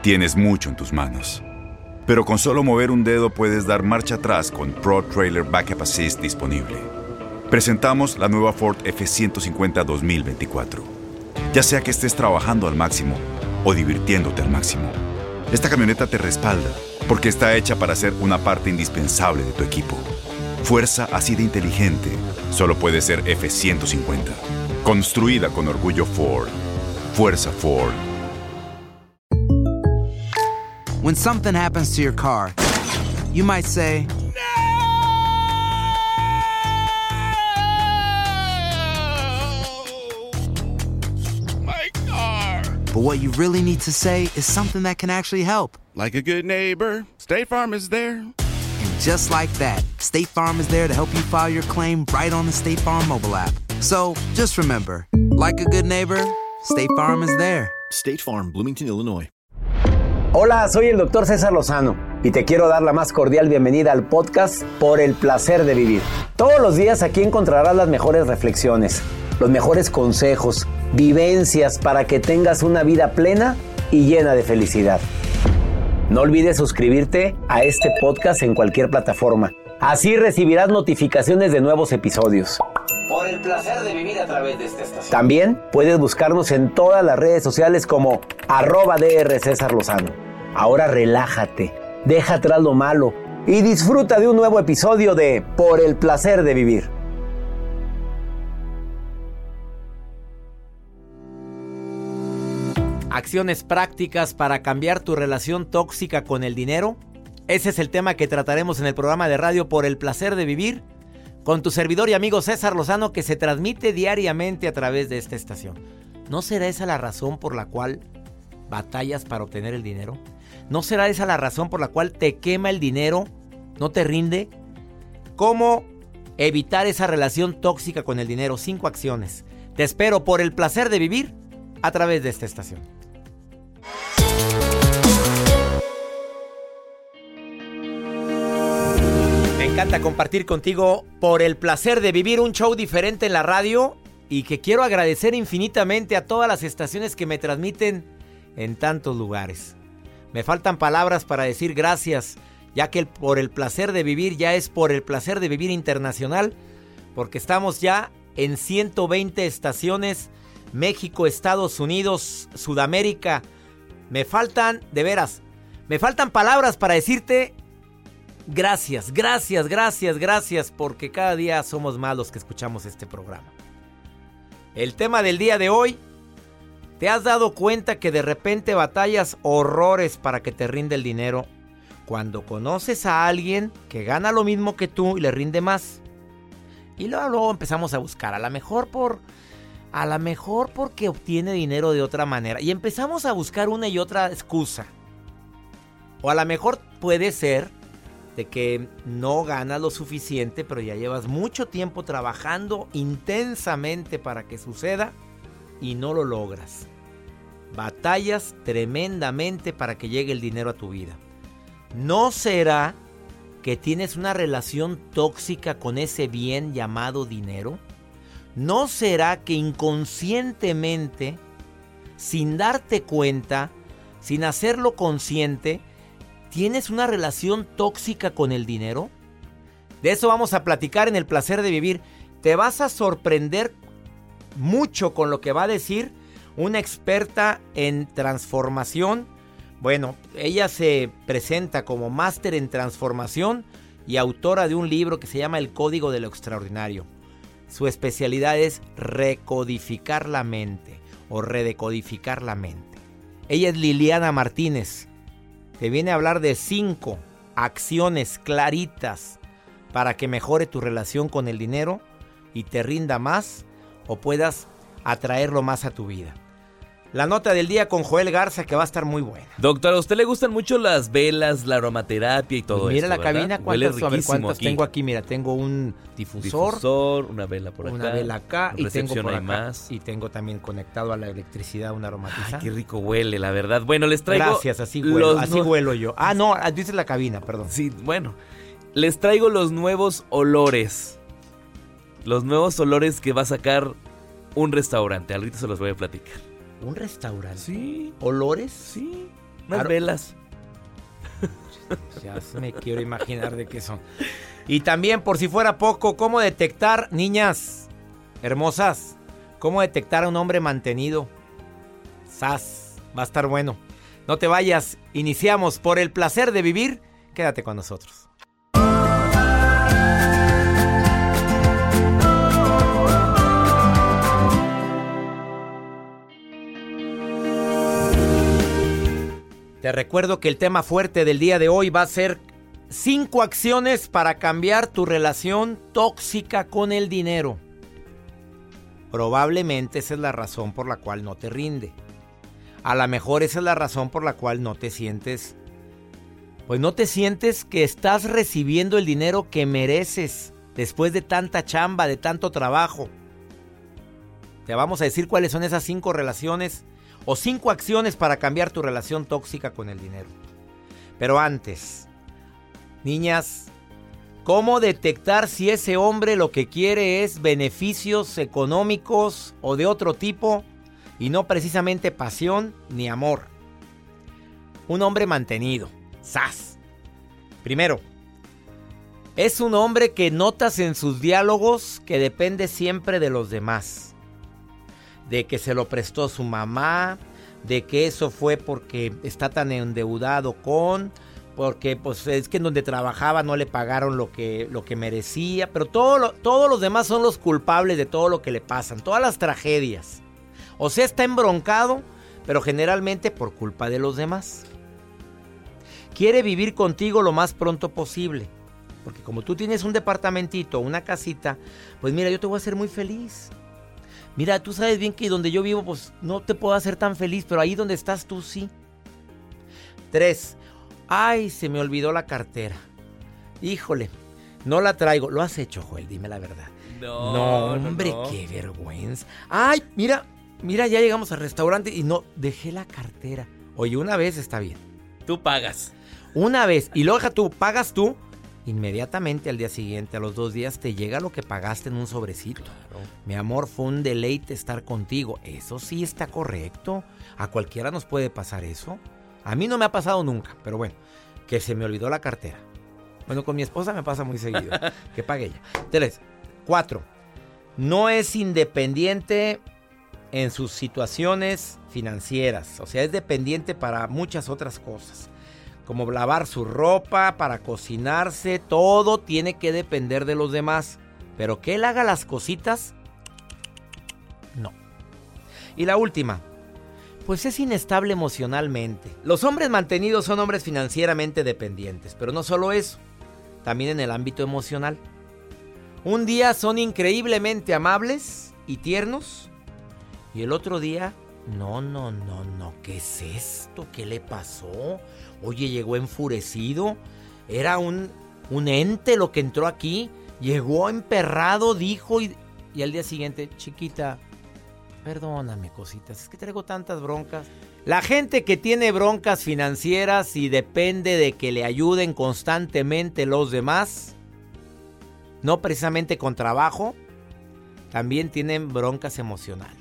Tienes mucho en tus manos. Pero con solo mover un dedo puedes dar marcha atrás con Pro Trailer Backup Assist disponible. Presentamos la nueva Ford F-150 2024. Ya sea que estés trabajando al máximo o divirtiéndote al máximo, esta camioneta te respalda porque está hecha para ser una parte indispensable de tu equipo. Fuerza así de inteligente solo puede ser F-150. Construida con orgullo Ford. Fuerza Ford. When something happens to your car, you might say, My car! but what you really need to say is something that can actually help. Like a good neighbor, State Farm is there. And just like that, State Farm is there to help you file your claim right on the State Farm mobile app. So just remember, like a good neighbor, State Farm is there. State Farm, Bloomington, Illinois. Hola, soy el Dr. César Lozano y te quiero dar la más cordial bienvenida al podcast Por el Placer de Vivir. Todos los días aquí encontrarás las mejores reflexiones, los mejores consejos, vivencias para que tengas una vida plena y llena de felicidad. No olvides suscribirte a este podcast en cualquier plataforma. Así recibirás notificaciones de nuevos episodios. Por el placer de vivir a través de esta estación. También puedes buscarnos en todas las redes sociales como @Dr. César Lozano. Ahora relájate, deja atrás lo malo y disfruta de un nuevo episodio de Por el Placer de Vivir. Acciones prácticas para cambiar tu relación tóxica con el dinero. Ese es el tema que trataremos en el programa de radio Por el Placer de Vivir, con tu servidor y amigo César Lozano, que se transmite diariamente a través de esta estación. ¿No será esa la razón por la cual batallas para obtener el dinero? ¿No será esa la razón por la cual te quema el dinero? ¿No te rinde? ¿Cómo evitar esa relación tóxica con el dinero? 5 acciones. Te espero por el placer de vivir a través de esta estación. Me encanta compartir contigo Por el Placer de Vivir, un show diferente en la radio, y que quiero agradecer infinitamente a todas las estaciones que me transmiten en tantos lugares. Me faltan palabras para decir gracias, ya que Por el Placer de Vivir ya es Por el Placer de Vivir Internacional, porque estamos ya en 120 estaciones, México, Estados Unidos, Sudamérica. Me faltan, de veras, me faltan palabras para decirte gracias, gracias, gracias, gracias, porque cada día somos más los que escuchamos este programa. El tema del día de hoy: ¿te has dado cuenta que de repente batallas horrores para que te rinde el dinero cuando conoces a alguien que gana lo mismo que tú y le rinde más? Y luego empezamos a buscar, a lo mejor porque obtiene dinero de otra manera, y empezamos a buscar una y otra excusa. O a lo mejor puede ser de que no ganas lo suficiente, pero ya llevas mucho tiempo trabajando intensamente para que suceda y no lo logras. Batallas tremendamente para que llegue el dinero a tu vida. ¿No será que tienes una relación tóxica con ese bien llamado dinero? ¿No será que inconscientemente, sin darte cuenta, sin hacerlo consciente, tienes una relación tóxica con el dinero? De eso vamos a platicar en El Placer de Vivir. Te vas a sorprender mucho con lo que va a decir una experta en transformación. Bueno, ella se presenta como máster en transformación y autora de un libro que se llama El Código de lo Extraordinario. Su especialidad es recodificar la mente o redecodificar la mente. Ella es Liliana Martínez. Te viene a hablar de 5 acciones claritas para que mejore tu relación con el dinero y te rinda más o puedas atraerlo más a tu vida. La nota del día con Joel Garza, que va a estar muy buena. Doctor, ¿a usted le gustan mucho las velas, la aromaterapia y todo eso? Mira la ¿verdad? cabina, ¿cuántas aquí. tengo aquí? Mira, tengo un difusor, una vela por acá. una vela acá y tengo por acá. Más. Y tengo también conectado a la electricidad un aromatizante. Ay, qué rico huele, la verdad. Bueno, les traigo... Gracias, así huelo yo. Ah, no, dice la cabina, perdón. Sí, bueno. Les traigo los nuevos olores. Los nuevos olores que va a sacar un restaurante. Ahorita se los voy a platicar. ¿Un restaurante? Sí. ¿Olores? Sí. Unas velas. Ya me quiero imaginar de qué son. Y también, por si fuera poco, ¿cómo detectar, niñas hermosas, cómo detectar a un hombre mantenido? ¡Sas! Va a estar bueno. No te vayas. Iniciamos por el placer de vivir. Quédate con nosotros. Te recuerdo que el tema fuerte del día de hoy va a ser 5 acciones para cambiar tu relación tóxica con el dinero. Probablemente esa es la razón por la cual no te rinde. A lo mejor esa es la razón por la cual no te sientes, pues no te sientes que estás recibiendo el dinero que mereces después de tanta chamba, de tanto trabajo. Te vamos a decir cuáles son esas 5 relaciones o 5 acciones para cambiar tu relación tóxica con el dinero. Pero antes, niñas, ¿cómo detectar si ese hombre lo que quiere es beneficios económicos o de otro tipo y no precisamente pasión ni amor? Un hombre mantenido. ¡Sas! Primero, es un hombre que notas en sus diálogos que depende siempre de los demás. De que se lo prestó su mamá, de que eso fue porque está tan endeudado porque pues es que en donde trabajaba no le pagaron lo que merecía, pero todos los demás son los culpables de todo lo que le pasan, todas las tragedias. O sea, está embroncado, pero generalmente por culpa de los demás. Quiere vivir contigo lo más pronto posible, porque como tú tienes un departamentito, una casita, pues mira, yo te voy a hacer muy feliz. Mira, tú sabes bien que donde yo vivo, pues no te puedo hacer tan feliz, pero ahí donde estás tú sí. 3. Ay, se me olvidó la cartera. Híjole, no la traigo. Lo has hecho, Joel, dime la verdad. No, hombre, no. Qué vergüenza. Ay, mira, ya llegamos al restaurante y no, dejé la cartera. Oye, una vez está bien. Tú pagas. Una vez, y luego tú, pagas tú. Inmediatamente al día siguiente, a los 2 días, te llega lo que pagaste en un sobrecito. Claro. Mi amor, fue un deleite estar contigo. Eso sí está correcto. A cualquiera nos puede pasar eso. A mí no me ha pasado nunca, pero bueno, que se me olvidó la cartera. Bueno, con mi esposa me pasa muy seguido. Que pague ella. 3. 4. No es independiente en sus situaciones financieras. O sea, es dependiente para muchas otras cosas. Como lavar su ropa, para cocinarse, todo tiene que depender de los demás. Pero que él haga las cositas, no. Y la última, pues es inestable emocionalmente. Los hombres mantenidos son hombres financieramente dependientes, pero no solo eso, también en el ámbito emocional. Un día son increíblemente amables y tiernos, y el otro día, no, ¿qué es esto? ¿Qué le pasó? Oye, llegó enfurecido, era un ente lo que entró aquí, llegó emperrado, dijo y al día siguiente, chiquita, perdóname cositas, es que traigo tantas broncas. La gente que tiene broncas financieras y depende de que le ayuden constantemente los demás, no precisamente con trabajo, también tienen broncas emocionales.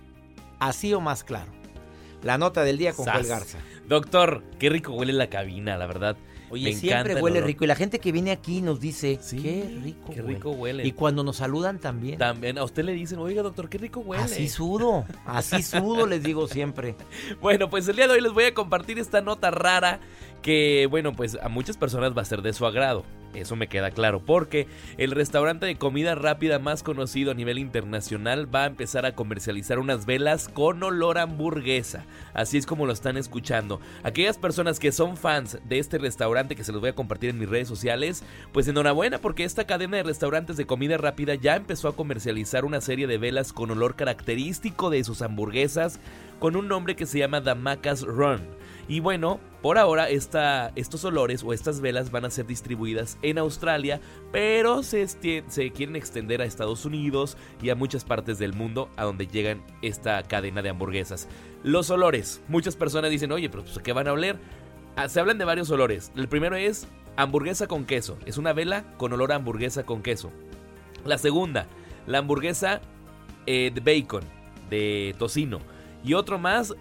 Así o más claro. La nota del día con Joel Garza. Doctor, qué rico huele la cabina, la verdad. Oye, siempre huele rico. Y la gente que viene aquí nos dice, sí, qué rico huele. Y cuando nos saludan también. También a usted le dicen, oiga, doctor, qué rico huele. Así sudo les digo siempre. Bueno, pues el día de hoy les voy a compartir esta nota rara que, bueno, pues a muchas personas va a ser de su agrado. Eso me queda claro, porque el restaurante de comida rápida más conocido a nivel internacional va a empezar a comercializar unas velas con olor a hamburguesa. Así es como lo están escuchando. Aquellas personas que son fans de este restaurante, que se los voy a compartir en mis redes sociales, pues enhorabuena, porque esta cadena de restaurantes de comida rápida ya empezó a comercializar una serie de velas con olor característico de sus hamburguesas, con un nombre que se llama Damaca's Run. Y bueno, por ahora estos olores o estas velas van a ser distribuidas en Australia, pero se quieren extender a Estados Unidos y a muchas partes del mundo a donde llegan esta cadena de hamburguesas. Los olores, muchas personas dicen, oye, pero pues, ¿qué van a oler? Se hablan de varios olores. El primero es hamburguesa con queso, es una vela con olor a hamburguesa con queso. La segunda, la hamburguesa de bacon, de tocino. Y otro más,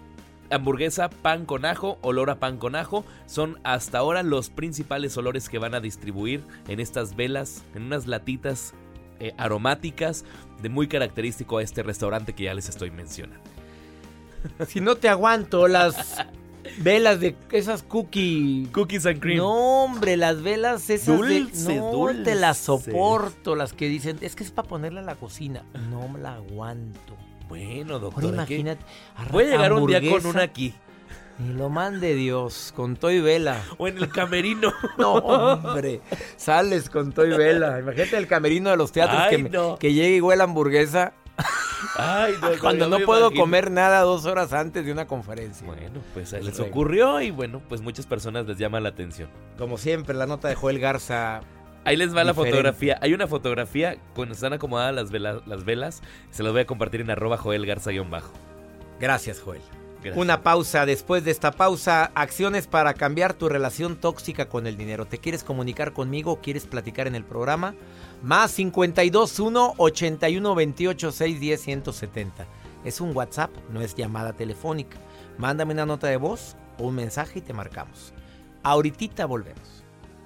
hamburguesa, pan con ajo, olor a pan con ajo. Son hasta ahora los principales olores que van a distribuir en estas velas, en unas latitas aromáticas, de muy característico a este restaurante que ya les estoy mencionando. Si no te aguanto las velas de esas Cookies and cream. No, hombre, las velas esas Dulce, no dulce. te las soporto. Las que dicen, es que es para ponerla en la cocina. No me la aguanto. Bueno, Ahora doctor, imagínate. voy a llegar un día con hamburguesa, una aquí. Y lo mande Dios, con toy vela. O en el camerino. No, hombre, sales con toy vela. Imagínate el camerino de los teatros. Ay, que, no. que llegue y huele a hamburguesa. Ay, no, Cuando yo no me puedo imagino. comer nada 2 horas antes de una conferencia. Bueno, pues Es les regla. ocurrió y bueno, pues muchas personas les llama la atención. Como siempre, la nota de Joel Garza. Ahí les va la Diferente. fotografía. Hay una fotografía cuando están acomodadas las velas. Se las voy a compartir en @JoelGarza_. Gracias, Joel. Gracias. Una pausa. Después de esta pausa, acciones para cambiar tu relación tóxica con el dinero. ¿Te quieres comunicar conmigo o quieres platicar en el programa? Más 521 81 28 610 170. Es un WhatsApp, no es llamada telefónica. Mándame una nota de voz o un mensaje y te marcamos. Ahorita volvemos.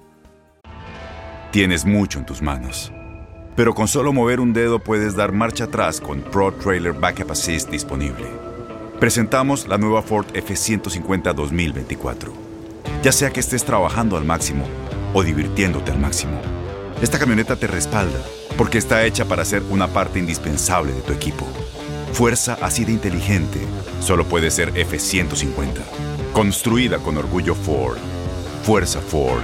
Tienes mucho en tus manos, pero con solo mover un dedo puedes dar marcha atrás con Pro Trailer Backup Assist disponible. Presentamos la nueva Ford F-150 2024. Ya sea que estés trabajando al máximo o divirtiéndote al máximo, esta camioneta te respalda porque está hecha para ser una parte indispensable de tu equipo. Fuerza así de inteligente solo puede ser F-150. Construida con orgullo Ford. Fuerza Ford.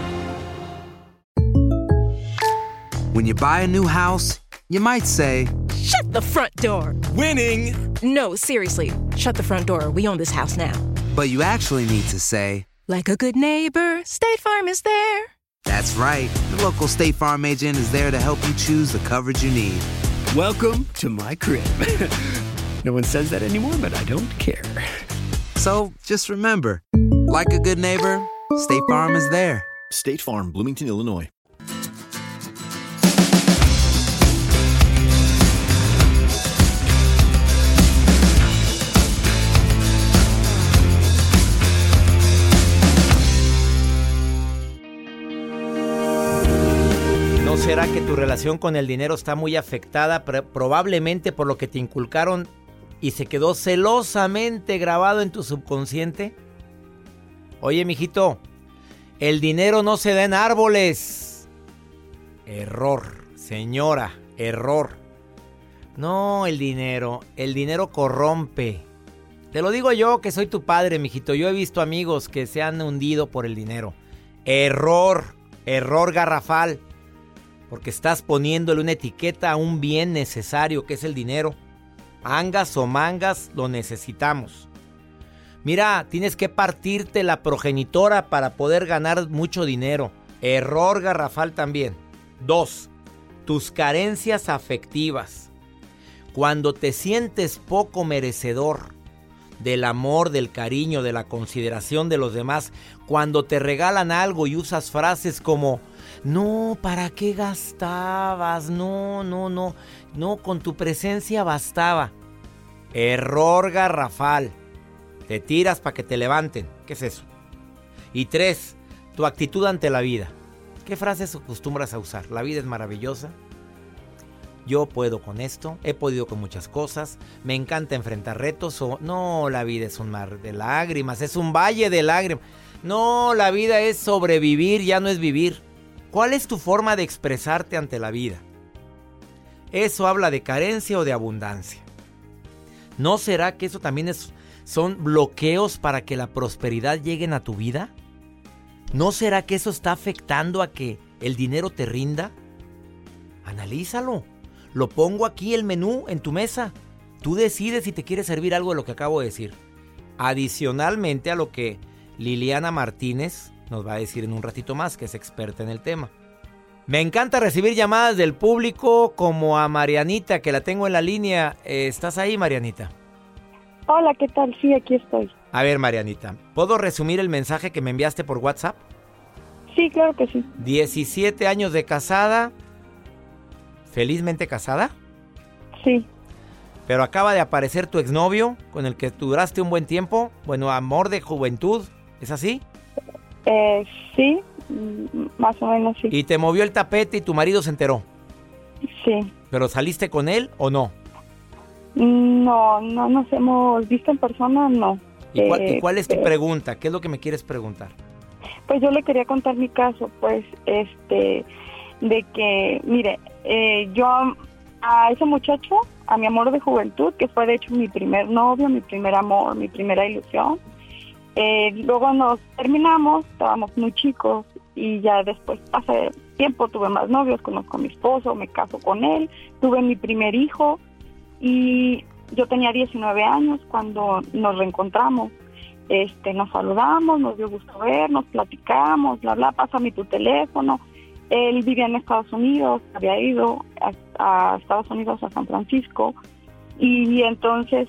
When you buy a new house, you might say, Shut the front door! Winning! No, seriously. Shut the front door. We own this house now. but you actually need to say, Like a good neighbor, State Farm is there. that's right. The local State Farm agent is there to help you choose the coverage you need. Welcome to my crib. No one says that anymore, but I don't care. So just remember, like a good neighbor, State Farm is there. State Farm, Bloomington, Illinois. ¿No será que tu relación con el dinero está muy afectada probablemente por lo que te inculcaron y se quedó celosamente grabado en tu subconsciente? Oye, mijito, el dinero no se da en árboles. Error, señora, error. No, el dinero corrompe. Te lo digo yo que soy tu padre, mijito. Yo he visto amigos que se han hundido por el dinero. Error garrafal. Porque estás poniéndole una etiqueta a un bien necesario que es el dinero. Angas o mangas, lo necesitamos. Mira, tienes que partirte la progenitora para poder ganar mucho dinero. Error garrafal también. 2. Tus carencias afectivas. Cuando te sientes poco merecedor del amor, del cariño, de la consideración de los demás, cuando te regalan algo y usas frases como no, ¿para qué gastabas? No, con tu presencia bastaba. Error garrafal. Te tiras para que te levanten. ¿Qué es eso? Y 3, tu actitud ante la vida. ¿Qué frases acostumbras a usar? La vida es maravillosa. Yo puedo con esto, he podido con muchas cosas, me encanta enfrentar retos. O no, la vida es un mar de lágrimas, es un valle de lágrimas. No, la vida es sobrevivir, ya no es vivir. ¿Cuál es tu forma de expresarte ante la vida? ¿Eso habla de carencia o de abundancia? ¿No será que eso también son bloqueos para que la prosperidad llegue a tu vida? ¿No será que eso está afectando a que el dinero te rinda? Analízalo. Lo pongo aquí el menú en tu mesa. Tú decides si te quieres servir algo de lo que acabo de decir. Adicionalmente a lo que Liliana Martínez nos va a decir en un ratito más, que es experta en el tema. Me encanta recibir llamadas del público, como a Marianita, que la tengo en la línea. ¿Estás ahí, Marianita? Hola, ¿qué tal? Sí, aquí estoy. A ver, Marianita, ¿puedo resumir el mensaje que me enviaste por WhatsApp? Sí, claro que sí. 17 años de casada. ¿Felizmente casada? Sí. Pero acaba de aparecer tu exnovio con el que duraste un buen tiempo. Bueno, amor de juventud, ¿es así? Sí, más o menos sí. Y te movió el tapete y tu marido se enteró. Sí. ¿Pero saliste con él o no? No nos hemos visto en persona, no. ¿Y cuál es tu pregunta? ¿Qué es lo que me quieres preguntar? Pues yo le quería contar mi caso, pues, de que, mire, yo a ese muchacho, a mi amor de juventud, que fue de hecho mi primer novio, mi primer amor, mi primera ilusión, luego nos terminamos, estábamos muy chicos y ya después pasé tiempo, tuve más novios, conozco a mi esposo, me caso con él, tuve mi primer hijo y yo tenía 19 años cuando nos reencontramos. Nos saludamos, nos dio gusto vernos, platicamos, bla, bla, pásame tu teléfono. Él vivía en Estados Unidos, había ido a Estados Unidos, a San Francisco, y entonces,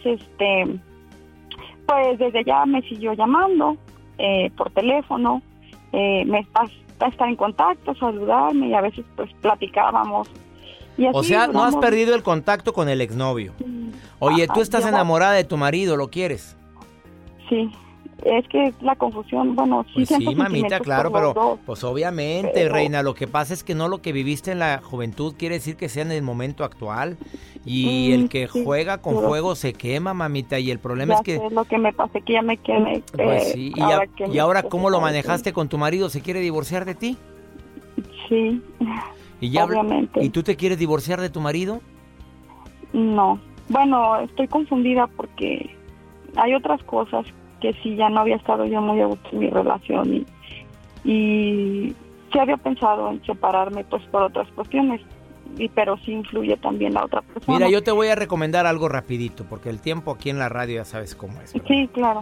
pues desde allá me siguió llamando por teléfono, me está en contacto, saludarme, y a veces pues platicábamos. Y así o sea, no has duramos. perdido el contacto con el exnovio. Oye, tú estás enamorada de tu marido, ¿lo quieres? Sí. Es que la confusión, bueno, sí, pues siento sí, mamita, sentimientos claro, por los pero dos. pues obviamente, Pero- reina, lo que pasa es que no lo que viviste en la juventud quiere decir que sea en el momento actual. Y el que sí, juega con pero- fuego se quema, mamita, y el problema Ya es que... sé lo que me pasé, que ya me quemé. Pues sí, y ahora ¿cómo lo manejaste con tu marido? ¿Se quiere divorciar de ti? Sí, ¿Y ya obviamente. ¿Y tú te quieres divorciar de tu marido? No, bueno, estoy confundida porque hay otras cosas que sí, ya no había estado yo muy a gusto en mi relación y sí había pensado en separarme pues por otras cuestiones, pero sí influye también la otra persona. Mira, yo te voy a recomendar algo rapidito, porque el tiempo aquí en la radio ya sabes cómo es, ¿verdad? Sí, claro.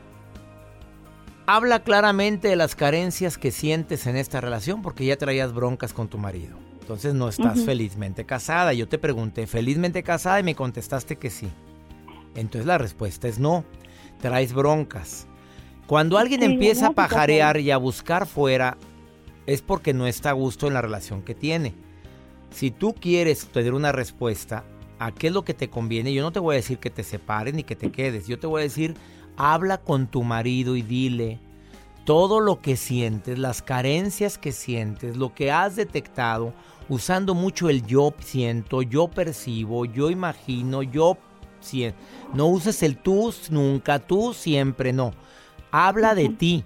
Habla claramente de las carencias que sientes en esta relación, porque ya traías broncas con tu marido. Entonces no estás felizmente casada. Yo te pregunté, ¿felizmente casada? Y me contestaste que sí. Entonces la respuesta es no. Traes broncas. Cuando alguien Sí, empieza a no, pajarear y a buscar fuera, es porque no está a gusto en la relación que tiene. Si tú quieres tener una respuesta a qué es lo que te conviene, yo no te voy a decir que te separes ni que te quedes. Yo te voy a decir, habla con tu marido y dile todo lo que sientes, las carencias que sientes, lo que has detectado, usando mucho el yo siento, yo percibo, yo imagino, yo siento. No uses el tú nunca, tú siempre, no. Habla de ti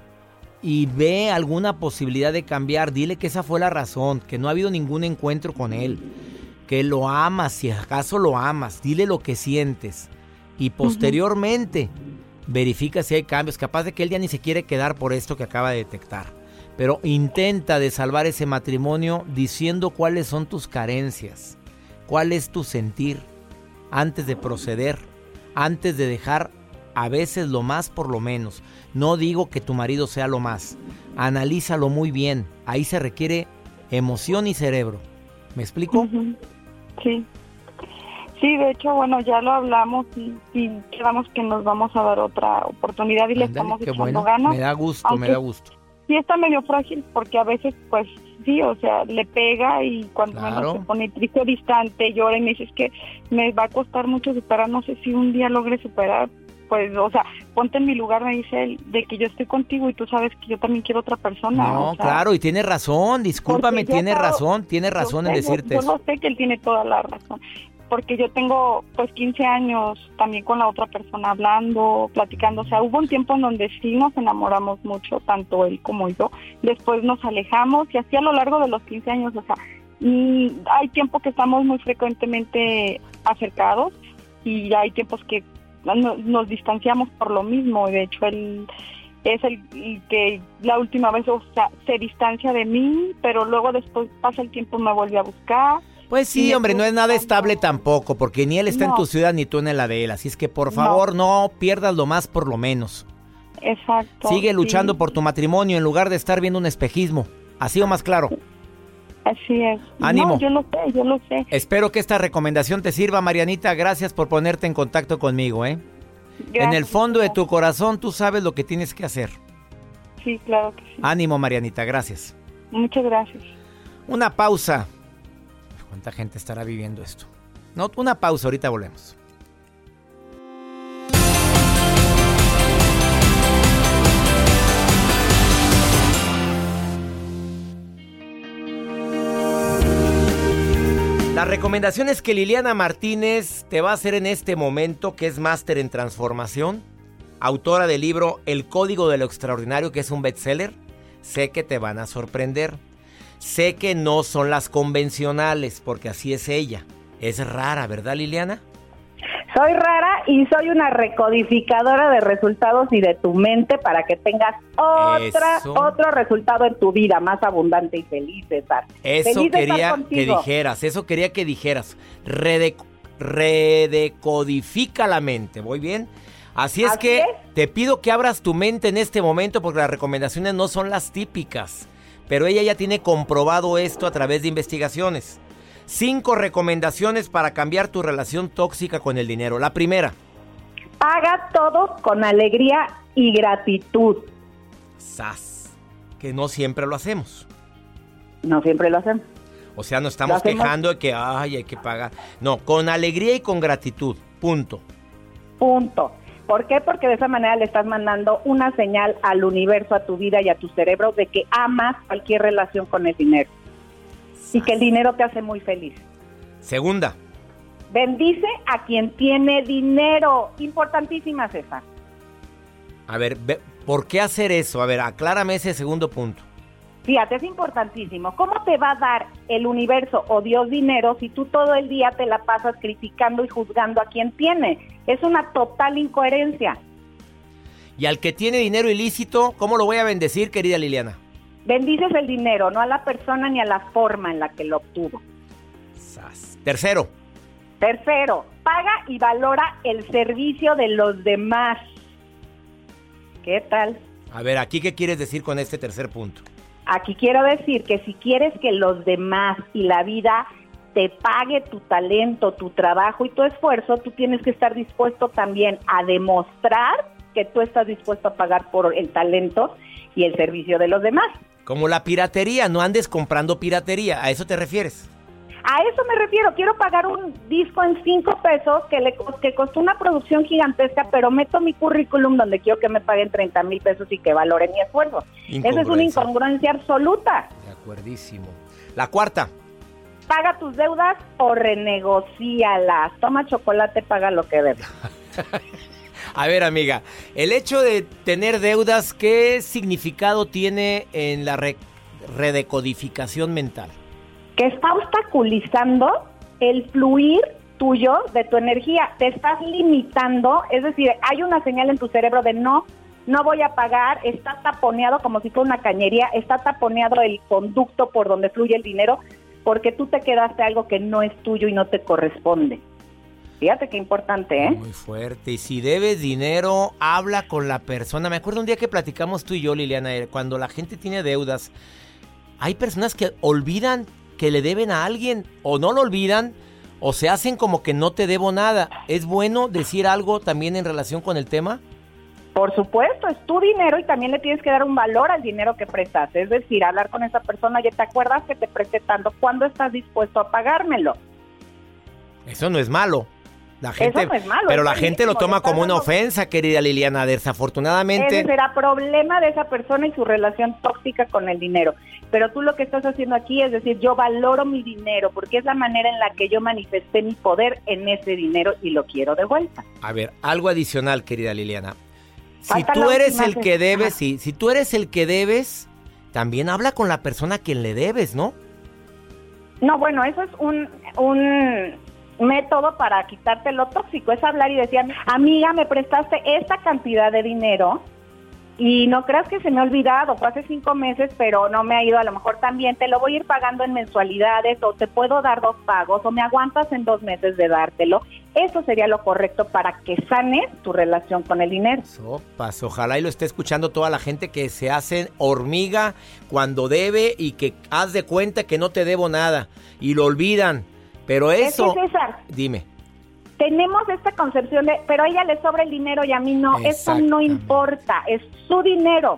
y ve alguna posibilidad de cambiar. Dile que esa fue la razón, que no ha habido ningún encuentro con él, que lo amas, si acaso lo amas. Dile lo que sientes y posteriormente verifica si hay cambios. Capaz de que él ya ni se quiere quedar por esto que acaba de detectar. Pero intenta de salvar ese matrimonio diciendo cuáles son tus carencias, cuál es tu sentir antes de proceder, antes de dejar a veces lo más por lo menos. No digo que tu marido sea lo más. Analízalo muy bien. Ahí se requiere emoción y cerebro. ¿Me explico? Sí. Sí, de hecho, bueno, ya lo hablamos y quedamos que nos vamos a dar otra oportunidad y le Ándale, estamos qué echando bueno. ganas. Me da gusto, aunque me da gusto. Sí está medio frágil porque a veces, pues, sí, o sea, le pega y cuando Claro. menos se pone triste o distante, llora y me dices que me va a costar mucho superar, no sé si un día logre superar, pues, o sea, ponte en mi lugar, me dice él, de que yo estoy contigo y tú sabes que yo también quiero otra persona. No, o sea, claro, y tiene razón, discúlpame, porque yo tiene acabo- razón yo en sé, decirte yo eso. lo sé que él tiene toda la razón, porque yo tengo pues 15 años también con la otra persona hablando, platicando, o sea, hubo un tiempo en donde sí nos enamoramos mucho, tanto él como yo, después nos alejamos y así a lo largo de los 15 años, o sea, hay tiempo que estamos muy frecuentemente acercados y hay tiempos que nos distanciamos por lo mismo. De hecho, él es el que la última vez, o sea, se distancia de mí, pero luego después pasa el tiempo, me vuelve a buscar. Pues sí, Y hombre, no es nada buscando. estable tampoco, porque ni él está en No. tu ciudad ni tú en la de él. Así es que por favor no pierdas lo más por lo menos. Exacto. Sigue luchando sí. por tu matrimonio en lugar de estar viendo un espejismo. Así o más claro. Así es. Ánimo. No, yo lo sé. Espero que esta recomendación te sirva, Marianita. Gracias por ponerte en contacto conmigo, ¿eh? En el fondo de tu corazón tú sabes lo que tienes que hacer. Sí, claro que sí. Ánimo, Marianita, gracias. Muchas gracias. Una pausa. ¿Cuánta gente estará viviendo esto? No, una pausa, ahorita volvemos. Las recomendaciones que Liliana Martínez te va a hacer en este momento, que es máster en transformación, autora del libro El Código de lo Extraordinario, que es un bestseller, sé que te van a sorprender. Sé que no son las convencionales, porque así es ella. Es rara, ¿verdad, Liliana? Soy rara y soy una recodificadora de resultados y de tu mente para que tengas otro resultado en tu vida más abundante y feliz, César. Eso feliz de quería estar contigo. que dijeras. Redecodifica la mente, ¿voy bien? Así es que te pido que abras tu mente en este momento porque las recomendaciones no son las típicas. Pero ella ya tiene comprobado esto a través de investigaciones. 5 recomendaciones para cambiar tu relación tóxica con el dinero. La primera. Paga todo con alegría y gratitud. ¡Sas! Que no siempre lo hacemos. No siempre lo hacemos. O sea, nos estamos quejando de que hay que pagar. No, con alegría y con gratitud. Punto. ¿Por qué? Porque de esa manera le estás mandando una señal al universo, a tu vida y a tu cerebro de que amas cualquier relación con el dinero. Y que el dinero te hace muy feliz. Segunda. Bendice a quien tiene dinero. Importantísima, César. A ver, ¿por qué hacer eso? A ver, aclárame ese segundo punto. Fíjate, es importantísimo. ¿Cómo te va a dar el universo o Dios dinero si tú todo el día te la pasas criticando y juzgando a quien tiene? Es una total incoherencia. Y al que tiene dinero ilícito, ¿cómo lo voy a bendecir, querida Liliana? Bendices el dinero, no a la persona ni a la forma en la que lo obtuvo. Tercero, paga y valora el servicio de los demás. ¿Qué tal? A ver, ¿aquí qué quieres decir con este tercer punto? Aquí quiero decir que si quieres que los demás y la vida te pague tu talento, tu trabajo y tu esfuerzo, tú tienes que estar dispuesto también a demostrar que tú estás dispuesto a pagar por el talento y el servicio de los demás. Como la piratería, no andes comprando piratería, ¿a eso te refieres? A eso me refiero, quiero pagar un disco en 5 pesos que costó una producción gigantesca, pero meto mi currículum donde quiero que me paguen 30,000 pesos y que valore mi esfuerzo. Esa es una incongruencia absoluta. De acuerdísimo. La cuarta. Paga tus deudas o renegocíalas. Toma chocolate, paga lo que debes. A ver, amiga, el hecho de tener deudas, ¿qué significado tiene en la redecodificación mental? Que está obstaculizando el fluir tuyo de tu energía. Te estás limitando, es decir, hay una señal en tu cerebro de no voy a pagar, está taponeado como si fuera una cañería, está taponeado el conducto por donde fluye el dinero, porque tú te quedaste algo que no es tuyo y no te corresponde. Fíjate qué importante, ¿eh? Muy fuerte. Y si debes dinero, habla con la persona. Me acuerdo un día que platicamos tú y yo, Liliana, cuando la gente tiene deudas, hay personas que olvidan que le deben a alguien, o no lo olvidan, o se hacen como que no te debo nada. ¿Es bueno decir algo también en relación con el tema? Por supuesto, es tu dinero y también le tienes que dar un valor al dinero que prestaste. Es decir, hablar con esa persona, oye, ¿te acuerdas que te presté tanto? ¿Cuándo estás dispuesto a pagármelo? Eso no es malo. La gente, eso no es malo, pero es la gente lo toma como una ofensa, querida Liliana. Desafortunadamente. Ese será problema de esa persona y su relación tóxica con el dinero. Pero tú lo que estás haciendo aquí es decir, yo valoro mi dinero porque es la manera en la que yo manifesté mi poder en ese dinero y lo quiero de vuelta. A ver, algo adicional, querida Liliana. Si tú eres el que debes, si tú eres el que debes, también habla con la persona a quien le debes, ¿no? No, bueno, eso es un método para quitarte lo tóxico, es hablar y decir, amiga, me prestaste esta cantidad de dinero y no creas que se me ha olvidado, fue hace 5 meses, pero no me ha ido, a lo mejor también te lo voy a ir pagando en mensualidades, o te puedo dar 2 pagos, o me aguantas en 2 meses de dártelo. Eso sería lo correcto para que sanes tu relación con el dinero. Sopas, ojalá y lo esté escuchando toda la gente que se hace hormiga cuando debe y que haz de cuenta que no te debo nada y lo olvidan. Pero eso, es que, César, dime. Tenemos esta concepción de, pero a ella le sobra el dinero y a mí no. Eso no importa, es su dinero.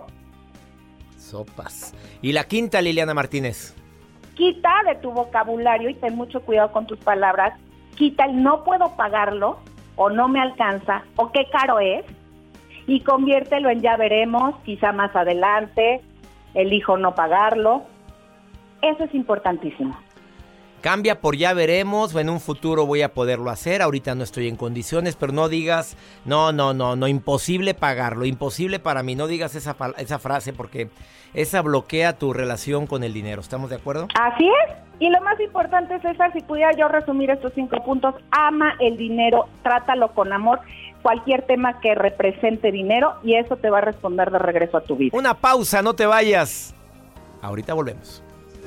Sopas. Y la quinta, Liliana Martínez. Quita de tu vocabulario y ten mucho cuidado con tus palabras. Quita el no puedo pagarlo, o no me alcanza, o qué caro es, y conviértelo en ya veremos, quizá más adelante, elijo no pagarlo. Eso es importantísimo. Cambia por ya veremos, o en un futuro voy a poderlo hacer, ahorita no estoy en condiciones, pero no digas, no, imposible pagarlo, imposible para mí, no digas esa frase porque esa bloquea tu relación con el dinero, ¿estamos de acuerdo? Así es, y lo más importante, César, si pudiera yo resumir estos 5 puntos, ama el dinero, trátalo con amor, cualquier tema que represente dinero, y eso te va a responder de regreso a tu vida. Una pausa, no te vayas, ahorita volvemos.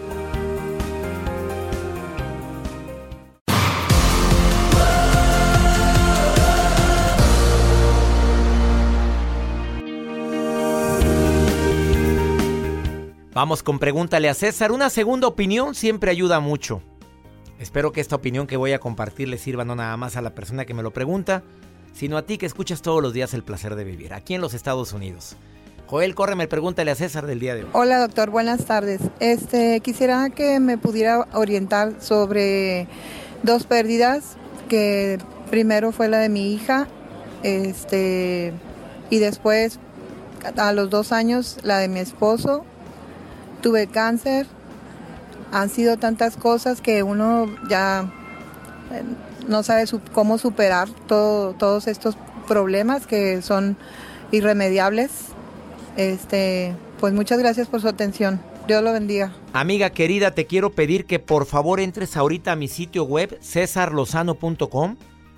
Vamos con Pregúntale a César. Una segunda opinión siempre ayuda mucho. Espero que esta opinión que voy a compartir le sirva no nada más a la persona que me lo pregunta, sino a ti que escuchas todos los días El Placer de Vivir, aquí en los Estados Unidos. Joel, córreme el Pregúntale a César del día de hoy. Hola, doctor, buenas tardes. Quisiera que me pudiera orientar sobre 2 pérdidas, que primero fue la de mi hija, y después, a los 2 años, la de mi esposo. Tuve cáncer, han sido tantas cosas que uno ya no sabe cómo superar todos estos problemas que son irremediables. Pues muchas gracias por su atención. Dios lo bendiga. Amiga querida, te quiero pedir que por favor entres ahorita a mi sitio web, cesarlozano.com,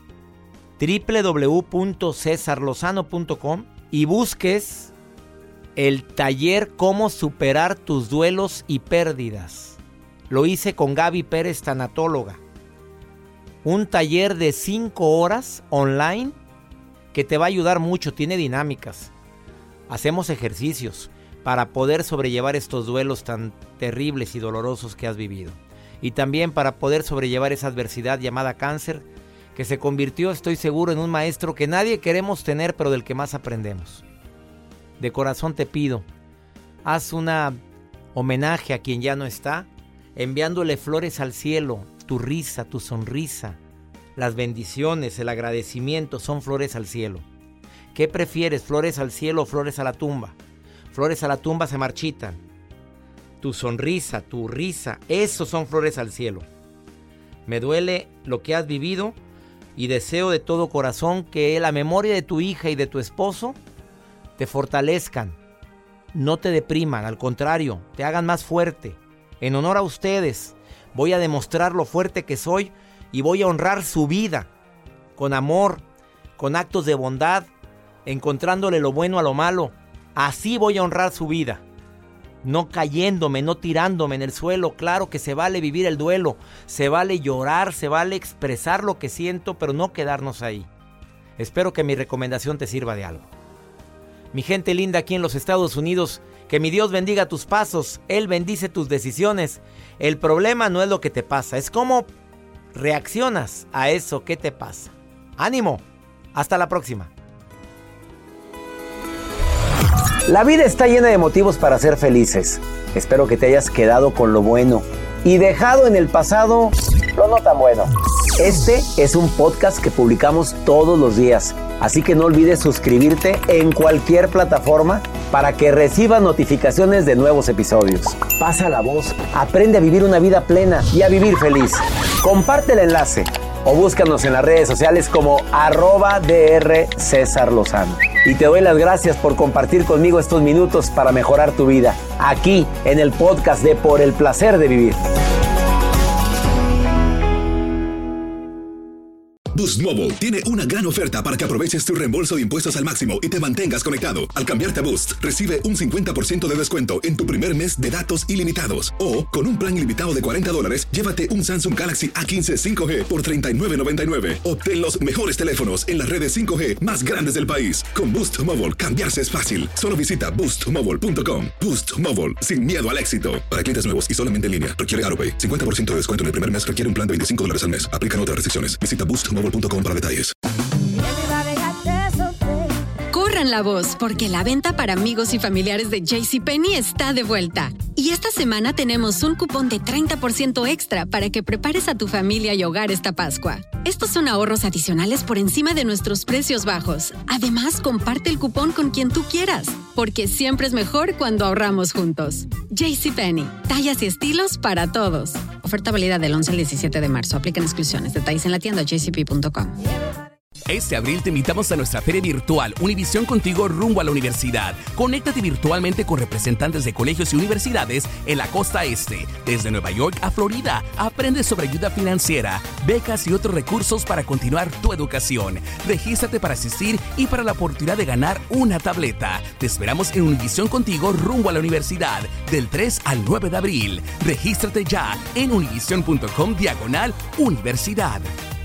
www.cesarlozano.com, y busques el taller Cómo superar tus duelos y pérdidas. Lo hice con Gaby Pérez, tanatóloga. Un taller de 5 horas online que te va a ayudar mucho, tiene dinámicas. Hacemos ejercicios para poder sobrellevar estos duelos tan terribles y dolorosos que has vivido. Y también para poder sobrellevar esa adversidad llamada cáncer, que se convirtió, estoy seguro, en un maestro que nadie queremos tener, pero del que más aprendemos. De corazón te pido, haz una homenaje a quien ya no está, enviándole flores al cielo. Tu risa, tu sonrisa, las bendiciones, el agradecimiento son flores al cielo. ¿Qué prefieres, flores al cielo o flores a la tumba? Flores a la tumba se marchitan. Tu sonrisa, tu risa, esos son flores al cielo. Me duele lo que has vivido y deseo de todo corazón que la memoria de tu hija y de tu esposo te fortalezcan, no te depriman, al contrario, te hagan más fuerte. En honor a ustedes, voy a demostrar lo fuerte que soy y voy a honrar su vida con amor, con actos de bondad, encontrándole lo bueno a lo malo. Así voy a honrar su vida, no cayéndome, no tirándome en el suelo. Claro que se vale vivir el duelo, se vale llorar, se vale expresar lo que siento, pero no quedarnos ahí. Espero que mi recomendación te sirva de algo. Mi gente linda aquí en los Estados Unidos, que mi Dios bendiga tus pasos, Él bendice tus decisiones. El problema no es lo que te pasa, es cómo reaccionas a eso que te pasa. ¡Ánimo! Hasta la próxima. La vida está llena de motivos para ser felices. Espero que te hayas quedado con lo bueno y dejado en el pasado lo no tan bueno. Este es un podcast que publicamos todos los días, así que no olvides suscribirte en cualquier plataforma para que recibas notificaciones de nuevos episodios. Pasa la voz, aprende a vivir una vida plena y a vivir feliz. Comparte el enlace o búscanos en las redes sociales como @Dr. César Lozano. Y te doy las gracias por compartir conmigo estos minutos para mejorar tu vida, aquí en el podcast de Por el Placer de Vivir. Boost Mobile tiene una gran oferta para que aproveches tu reembolso de impuestos al máximo y te mantengas conectado. Al cambiarte a Boost, recibe un 50% de descuento en tu primer mes de datos ilimitados. O, con un plan ilimitado de $40, llévate un Samsung Galaxy A15 5G por $39.99. Obtén los mejores teléfonos en las redes 5G más grandes del país. Con Boost Mobile, cambiarse es fácil. Solo visita boostmobile.com. Boost Mobile, sin miedo al éxito. Para clientes nuevos y solamente en línea, requiere AutoPay. 50% de descuento en el primer mes requiere un plan de $25 al mes. Aplican otras restricciones. Visita boostmobile.com para detalles. Corran la voz, porque la venta para amigos y familiares de JCPenney está de vuelta. Y esta semana tenemos un cupón de 30% extra para que prepares a tu familia y hogar esta Pascua. Estos son ahorros adicionales por encima de nuestros precios bajos. Además, comparte el cupón con quien tú quieras, porque siempre es mejor cuando ahorramos juntos. JCPenney, tallas y estilos para todos. Oferta válida del 11 al 17 de marzo. Aplican exclusiones. Detalles en la tienda jcp.com. Este abril te invitamos a nuestra feria virtual Univisión Contigo rumbo a la universidad. Conéctate virtualmente con representantes de colegios y universidades en la costa este, desde Nueva York a Florida. Aprende sobre ayuda financiera, becas y otros recursos para continuar tu educación. Regístrate para asistir y para la oportunidad de ganar una tableta. Te esperamos en Univisión Contigo rumbo a la universidad del 3 al 9 de abril. Regístrate ya en univision.com/universidad.